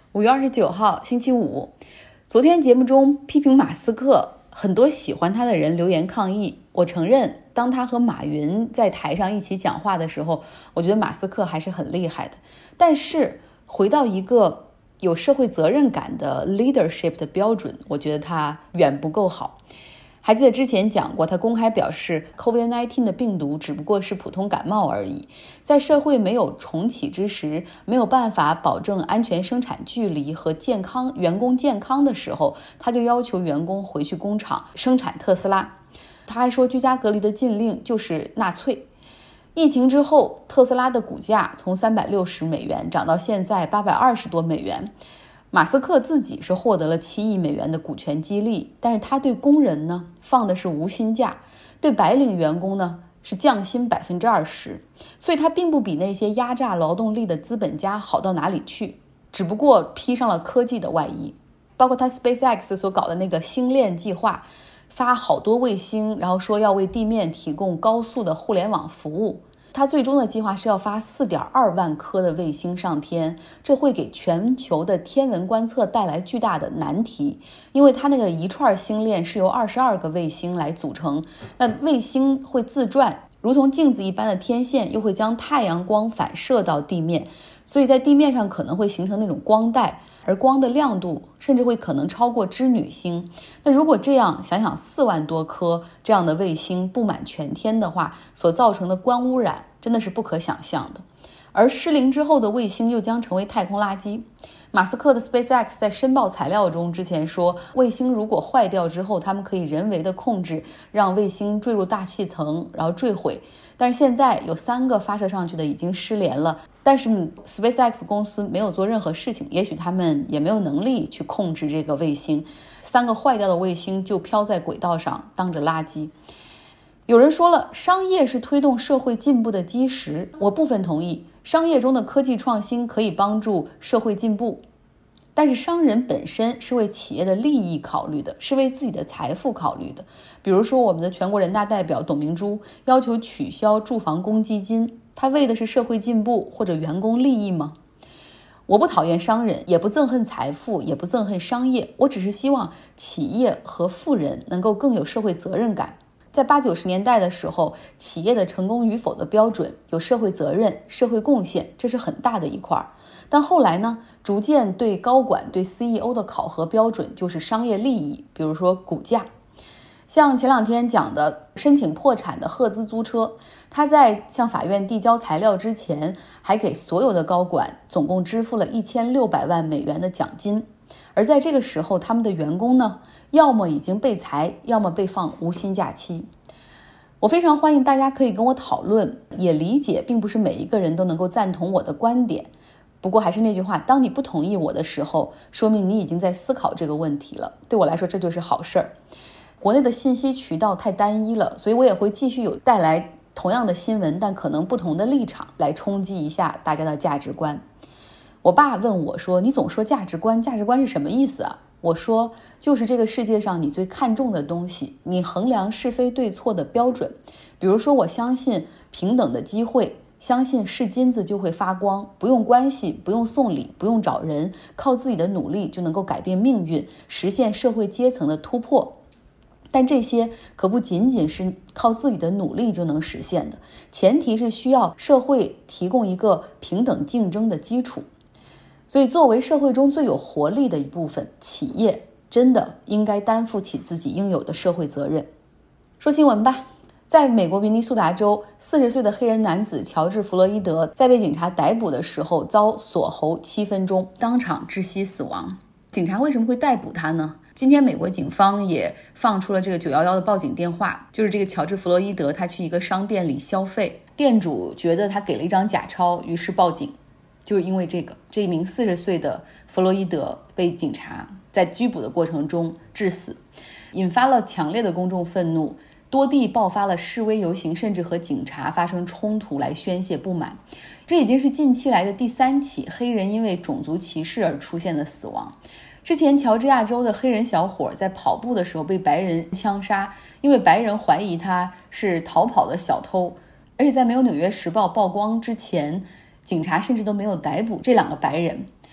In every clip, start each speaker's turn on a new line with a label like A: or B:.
A: 5月29号星期五，昨天节目中批评马斯克，很多喜欢他的人留言抗议。我承认，当他和马云在台上一起讲话的时候，我觉得马斯克还是很厉害的。但是回到一个有社会责任感的 leadership 的标准，我觉得他远不够好。还记得之前讲过，他公开表示 COVID-19 的病毒只不过是普通感冒而已。在社会没有重启之时，没有办法保证安全生产距离和员工健康的时候，他就要求员工回去工厂生产特斯拉。他还说居家隔离的禁令就是纳粹。疫情之后，特斯拉的股价从360美元涨到现在820多美元。马斯克自己是获得了7亿美元的股权激励，但是他对工人呢放的是无薪假，对白领员工呢是降薪20%，所以他并不比那些压榨劳动力的资本家好到哪里去，只不过披上了科技的外衣。包括他 SpaceX 所搞的那个星链计划，发好多卫星，然后说要为地面提供高速的互联网服务。他最终的计划是要发4.2万颗的卫星上天，这会给全球的天文观测带来巨大的难题，因为它那个一串星链是由22个卫星来组成，那卫星会自转，如同镜子一般的天线又会将太阳光反射到地面，所以在地面上可能会形成那种光带，而光的亮度甚至会可能超过织女星。那如果这样想想，4万多颗这样的卫星布满全天的话，所造成的光污染真的是不可想象的。而失灵之后的卫星又将成为太空垃圾。马斯克的 SpaceX 在申报材料中之前说，卫星如果坏掉之后，他们可以人为的控制，让卫星坠入大气层，然后坠毁。但是现在有3个发射上去的已经失联了，但是 SpaceX 公司没有做任何事情，也许他们也没有能力去控制这个卫星，3个坏掉的卫星就飘在轨道上当着垃圾。有人说了，商业是推动社会进步的基石，我部分同意，商业中的科技创新可以帮助社会进步，但是商人本身是为企业的利益考虑的，是为自己的财富考虑的。比如说我们的全国人大代表董明珠要求取消住房公积金，他为的是社会进步或者员工利益吗？我不讨厌商人，也不憎恨财富，也不憎恨商业，我只是希望企业和富人能够更有社会责任感。在80、90年代的时候，企业的成功与否的标准有社会责任、社会贡献，这是很大的一块。但后来呢，逐渐对高管、对 CEO 的考核标准就是商业利益，比如说股价。像前2天讲的申请破产的赫兹租车，他在向法院递交材料之前，还给所有的高管总共支付了1600万美元的奖金。而在这个时候，他们的员工呢，要么已经被裁，要么被放无薪假期。我非常欢迎大家可以跟我讨论，也理解并不是每一个人都能够赞同我的观点。不过还是那句话，当你不同意我的时候，说明你已经在思考这个问题了。对我来说，这就是好事儿。国内的信息渠道太单一了，所以我也会继续带来同样的新闻，但可能不同的立场来冲击一下大家的价值观。我爸问我说，你总说价值观，价值观是什么意思啊？我说，就是这个世界上你最看重的东西，你衡量是非对错的标准。比如说，我相信平等的机会，相信是金子就会发光，不用关系，不用送礼，不用找人，靠自己的努力就能够改变命运，实现社会阶层的突破。但这些可不仅仅是靠自己的努力就能实现的，前提是需要社会提供一个平等竞争的基础。所以作为社会中最有活力的一部分，企业真的应该担负起自己应有的社会责任。说新闻吧。在美国明尼苏达州，40岁的黑人男子乔治·弗洛伊德在被警察逮捕的时候遭锁喉7分钟，当场窒息死亡。警察为什么会逮捕他呢？今天美国警方也放出了这个911的报警电话，就是这个乔治·弗洛伊德他去一个商店里消费，店主觉得他给了一张假钞，于是报警。就是因为这一名40岁的弗洛伊德被警察在拘捕的过程中致死，引发了强烈的公众愤怒，多地爆发了示威游行，甚至和警察发生冲突来宣泄不满。这已经是近期来的第3起黑人因为种族歧视而出现的死亡。之前乔治亚州的黑人小伙在跑步的时候被白人枪杀，因为白人怀疑他是逃跑的小偷，而且在没有《纽约时报》曝光之前，警察甚至都没有逮捕这2个白人。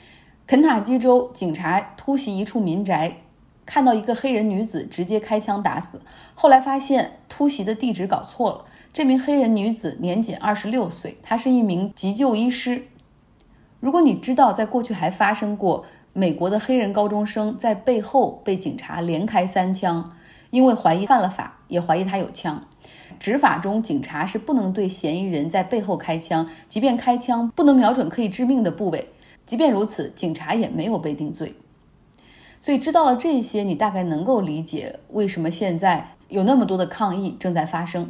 A: 肯塔基州警察突袭一处民宅，看到一个黑人女子直接开枪打死，后来发现突袭的地址搞错了，这名黑人女子年仅26岁，她是一名急救医师。如果你知道在过去还发生过美国的黑人高中生在背后被警察连开3枪，因为怀疑犯了法，也怀疑他有枪。执法中，警察是不能对嫌疑人在背后开枪，即便开枪不能瞄准可以致命的部位，即便如此，警察也没有被定罪。所以知道了这些，你大概能够理解为什么现在有那么多的抗议正在发生。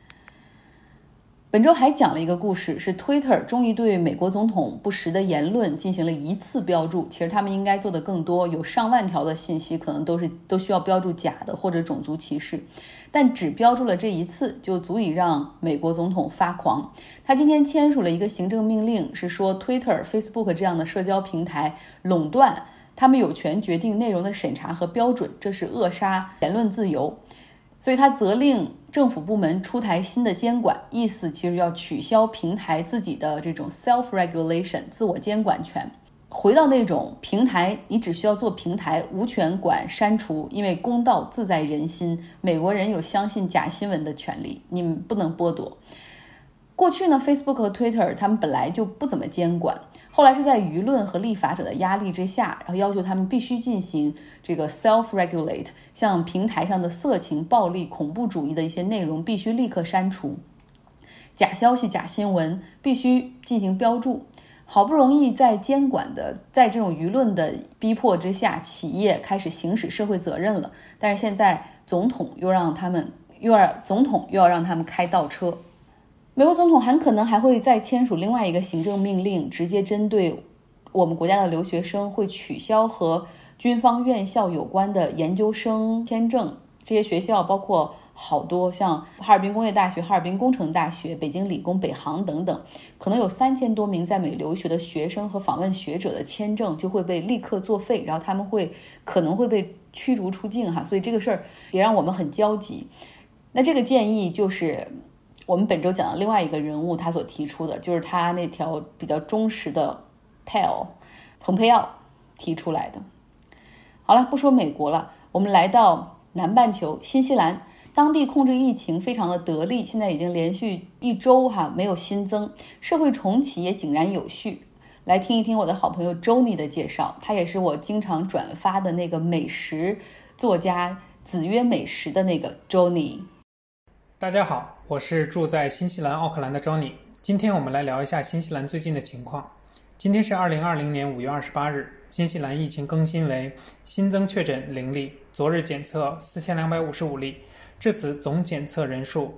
A: 本周还讲了一个故事，是 Twitter 终于对美国总统不实的言论进行了一次标注，其实他们应该做得更多，有上万条的信息可能都需要标注假的或者种族歧视，但只标注了这一次就足以让美国总统发狂。他今天签署了一个行政命令，是说 Twitter、Facebook 这样的社交平台垄断，他们有权决定内容的审查和标准，这是扼杀言论自由。所以他责令政府部门出台新的监管，意思其实要取消平台自己的这种 self-regulation 自我监管权，回到那种平台你只需要做平台，无权管删除，因为公道自在人心，美国人有相信假新闻的权利，你们不能剥夺。过去呢 Facebook 和 Twitter 他们本来就不怎么监管，后来是在舆论和立法者的压力之下，然后要求他们必须进行这个 self-regulate， 像平台上的色情、暴力、恐怖主义的一些内容必须立刻删除，假消息、假新闻必须进行标注。好不容易在监管的，在这种舆论的逼迫之下，企业开始行使社会责任了，但是现在总统又要让他们开倒车。美国总统很可能还会再签署另外一个行政命令，直接针对我们国家的留学生，会取消和军方院校有关的研究生签证。这些学校包括好多像哈尔滨工业大学、哈尔滨工程大学、北京理工、北航等等，可能有3000多名在美留学的学生和访问学者的签证就会被立刻作废，然后他们可能会被驱逐出境哈，所以这个事儿也让我们很焦急。那这个建议就是我们本周讲的另外一个人物他所提出的，就是他那条比较忠实的 蓬佩奥提出来的。好了，不说美国了，我们来到南半球新西兰，当地控制疫情非常的得力，现在已经连续1周没有新增，社会重启也井然有序。来听一听我的好朋友 Johnny 的介绍，他也是我经常转发的那个美食作家子曰美食的那个 Johnny。
B: 大家好，我是住在新西兰奥克兰的 Johnny。 今天我们来聊一下新西兰最近的情况。今天是2020年5月28日，新西兰疫情更新为新增确诊0例，昨日检测4255例，至此总检测人数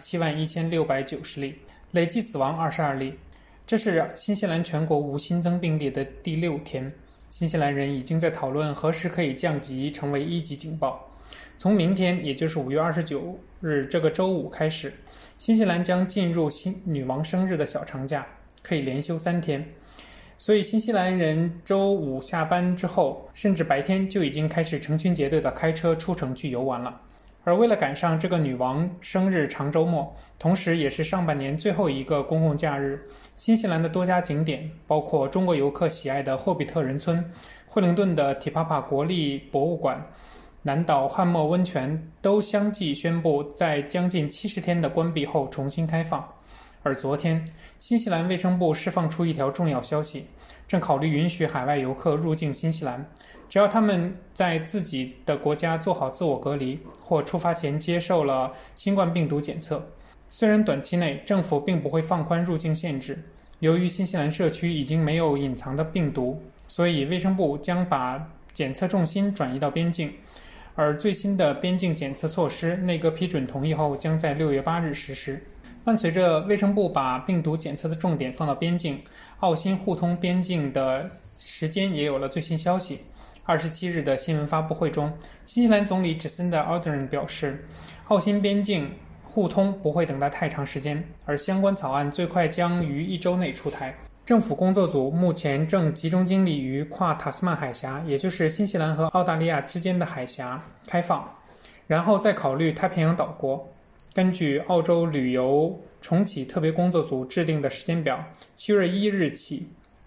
B: 271690例，累计死亡22例。这是新西兰全国无新增病例的第6天。新西兰人已经在讨论何时可以降级成为1级警报。从明天，也就是5月29日这个周五开始，新西兰将进入女王生日的小长假，可以连休3天。所以新西兰人周五下班之后，甚至白天就已经开始成群结队的开车出城去游玩了。而为了赶上这个女王生日长周末，同时也是上半年最后一个公共假日，新西兰的多家景点，包括中国游客喜爱的霍比特人村、惠灵顿的提帕帕国立博物馆、南岛汉默温泉，都相继宣布在将近70天的关闭后重新开放。而昨天，新西兰卫生部释放出一条重要消息，正考虑允许海外游客入境新西兰，只要他们在自己的国家做好自我隔离，或出发前接受了新冠病毒检测。虽然短期内政府并不会放宽入境限制，由于新西兰社区已经没有隐藏的病毒，所以卫生部将把检测重心转移到边境。而最新的边境检测措施，内阁批准同意后，将在6月8日实施。伴随着卫生部把病毒检测的重点放到边境，澳新互通边境的时间也有了最新消息。27日的新闻发布会中，新西兰总理 Jacinda Ardern 表示，澳新边境互通不会等待太长时间，而相关草案最快将于1周内出台。政府工作组目前正集中精力于跨塔斯曼海峡，也就是新西兰和澳大利亚之间的海峡开放，然后再考虑太平洋岛国。根据澳洲旅游重启特别工作组制定的时间表，7月1日起，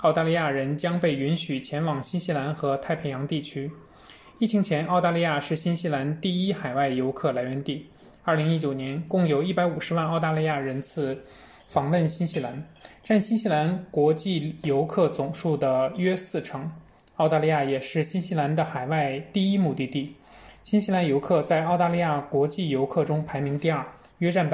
B: 澳大利亚人将被允许前往新西兰和太平洋地区。疫情前，澳大利亚是新西兰第一海外游客来源地。2019年，共有150万澳大利亚人次访问新西兰，占新西兰国际游客总数的约40%。澳大利亚也是新西兰的海外第一目的地。新西兰游客在澳大利亚国际游客中排名第2，约占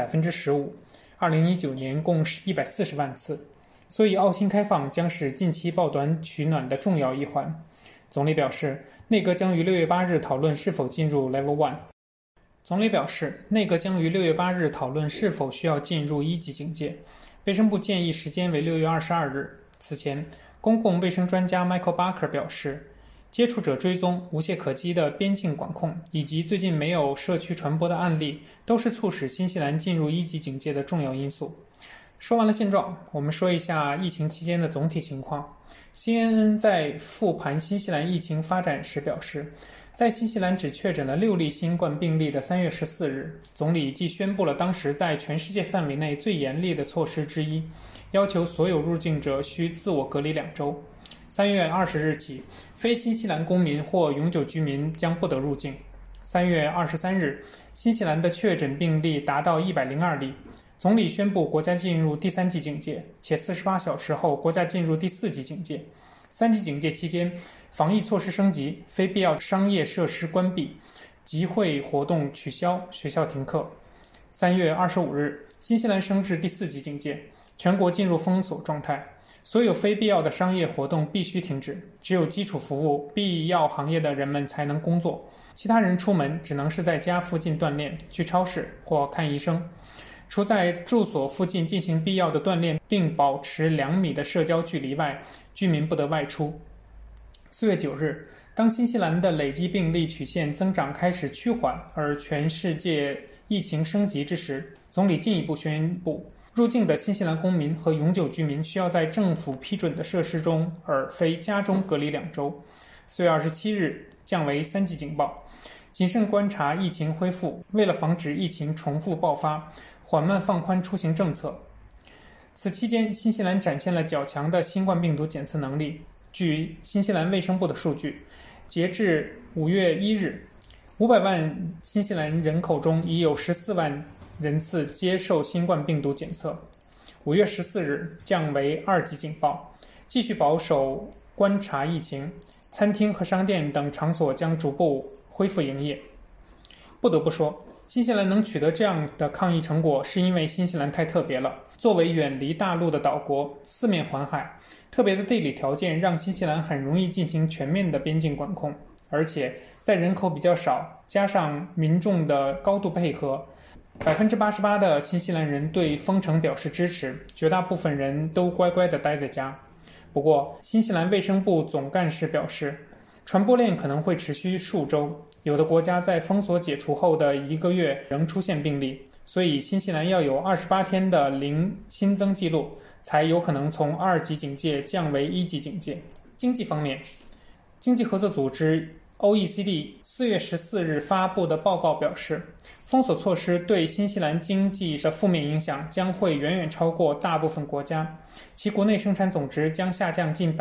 B: 15%。2019年共140万次。所以澳新开放将是近期抱团取暖的重要一环。总理表示，内阁将于6月8日讨论是否进入 Level 1。总理表示，内阁将于6月8日讨论是否需要进入1级警戒。卫生部建议时间为6月22日。此前，公共卫生专家 Michael Barker 表示，接触者追踪、无懈可击的边境管控，以及最近没有社区传播的案例，都是促使新西兰进入1级警戒的重要因素。说完了现状，我们说一下疫情期间的总体情况。CNN 在复盘新西兰疫情发展时表示，在新西兰只确诊了6例新冠病例的3月14日，总理既宣布了当时在全世界范围内最严厉的措施之一，要求所有入境者需自我隔离2周。3月20日起，非新西兰公民或永久居民将不得入境。3月23日，新西兰的确诊病例达到102例。总理宣布国家进入第3级警戒，且48小时后国家进入第4级警戒。3级警戒期间，防疫措施升级，非必要商业设施关闭，集会活动取消，学校停课。3月25日，新西兰升至第4级警戒，全国进入封锁状态，所有非必要的商业活动必须停止，只有基础服务、必要行业的人们才能工作，其他人出门只能是在家附近锻炼、去超市或看医生。除在住所附近进行必要的锻炼并保持2米的社交距离外，居民不得外出。4月9日，当新西兰的累计病例曲线增长开始趋缓，而全世界疫情升级之时，总理进一步宣布，入境的新西兰公民和永久居民需要在政府批准的设施中，而非家中隔离2周。4月27日，降为3级警报，谨慎观察疫情恢复，为了防止疫情重复爆发，缓慢放宽出行政策。此期间，新西兰展现了较强的新冠病毒检测能力。据新西兰卫生部的数据，截至5月1日，500万新西兰人口中已有14万人次接受新冠病毒检测。5月14日降为2级警报，继续保守观察疫情。餐厅和商店等场所将逐步恢复营业。不得不说，新西兰能取得这样的抗疫成果，是因为新西兰太特别了。作为远离大陆的岛国，四面环海，特别的地理条件让新西兰很容易进行全面的边境管控，而且在人口比较少，加上民众的高度配合，88%的新西兰人对封城表示支持，绝大部分人都乖乖地待在家。不过，新西兰卫生部总干事表示，传播链可能会持续数周，有的国家在封锁解除后的1个月仍出现病例，所以新西兰要有28天的零新增记录，才有可能从2级警戒降为1级警戒。经济方面，经济合作组织 OECD 4月14日发布的报告表示，封锁措施对新西兰经济的负面影响将会远远超过大部分国家，其国内生产总值将下降近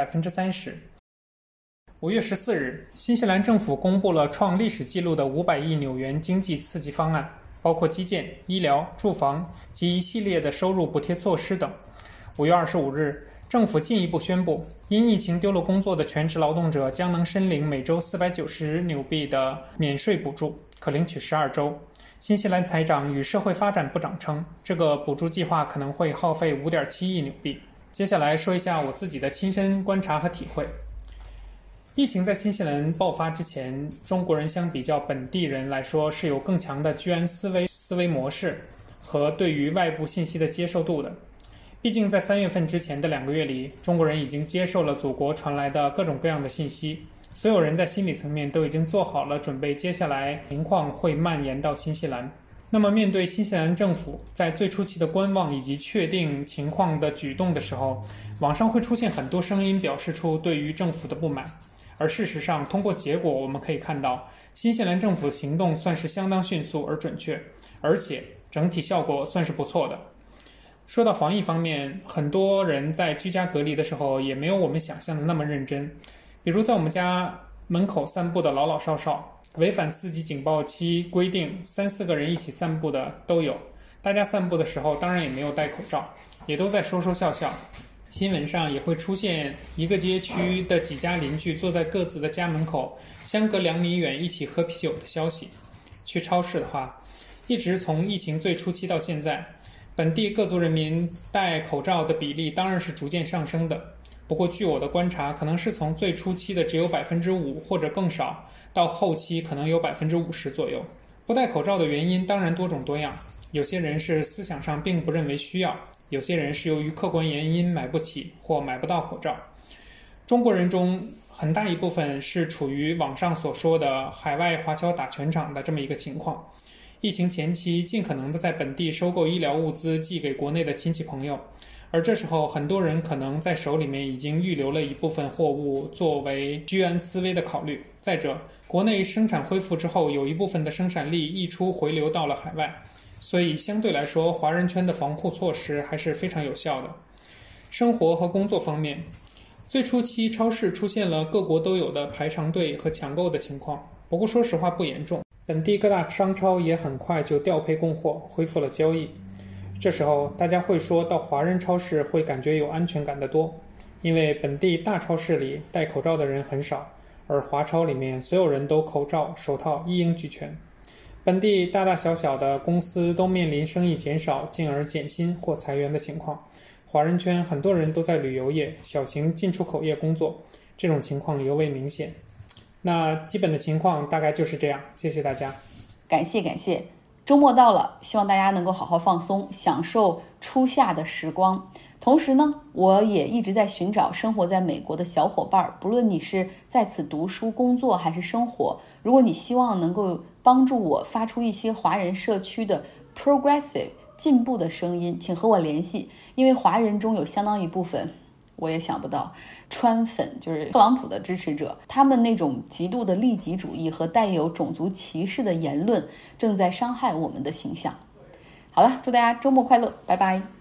B: 30%。5月14日，新西兰政府公布了创历史纪录的500亿纽元经济刺激方案，包括基建、医疗、住房及一系列的收入补贴措施等。5月25日，政府进一步宣布，因疫情丢了工作的全职劳动者将能申领每周490纽币的免税补助，可领取12周。新西兰财长与社会发展部长称，这个补助计划可能会耗费5.7亿纽币。接下来说一下我自己的亲身观察和体会。疫情在新西兰爆发之前，中国人相比较本地人来说是有更强的居安思维模式和对于外部信息的接受度的。毕竟在3月份之前的2个月里，中国人已经接受了祖国传来的各种各样的信息，所有人在心理层面都已经做好了准备，接下来情况会蔓延到新西兰。那么面对新西兰政府在最初期的观望以及确定情况的举动的时候，网上会出现很多声音表示出对于政府的不满。而事实上，通过结果我们可以看到，新西兰政府行动算是相当迅速而准确，而且整体效果算是不错的。 说到防疫方面，很多人在居家隔离的时候也没有我们想象的那么认真。比如在我们家门口散步的老老少少，违反4级警报期规定3-4个人一起散步的都有。大家散步的时候当然也没有戴口罩，也都在说说笑笑。新闻上也会出现一个街区的几家邻居坐在各自的家门口，相隔2米远一起喝啤酒的消息。去超市的话，一直从疫情最初期到现在，本地各族人民戴口罩的比例当然是逐渐上升的。不过据我的观察，可能是从最初期的只有5%或者更少，到后期可能有50%左右。不戴口罩的原因当然多种多样，有些人是思想上并不认为需要，有些人是由于客观原因买不起或买不到口罩。中国人中很大一部分是处于网上所说的海外华侨打全场的这么一个情况。疫情前期尽可能的在本地收购医疗物资寄给国内的亲戚朋友，而这时候很多人可能在手里面已经预留了一部分货物作为居安思危的考虑。再者，国内生产恢复之后，有一部分的生产力溢出回流到了海外，所以相对来说华人圈的防护措施还是非常有效的。生活和工作方面，最初期超市出现了各国都有的排长队和抢购的情况，不过说实话不严重，本地各大商超也很快就调配供货，恢复了交易。这时候大家会说到华人超市会感觉有安全感的多，因为本地大超市里戴口罩的人很少，而华超里面所有人都口罩手套一应俱全。本地大大小小的公司都面临生意减少进而减薪或裁员的情况，华人圈很多人都在旅游业、小型进出口业工作，这种情况尤为明显。那基本的情况大概就是这样，谢谢大家。
A: 感谢。周末到了，希望大家能够好好放松，享受初夏的时光。同时呢，我也一直在寻找生活在美国的小伙伴，不论你是在此读书、工作还是生活，如果你希望能够帮助我发出一些华人社区的 progressive 进步的声音，请和我联系，因为华人中有相当一部分我也想不到川粉，就是特朗普的支持者，他们那种极度的利己主义和带有种族歧视的言论正在伤害我们的形象。好了，祝大家周末快乐，拜拜。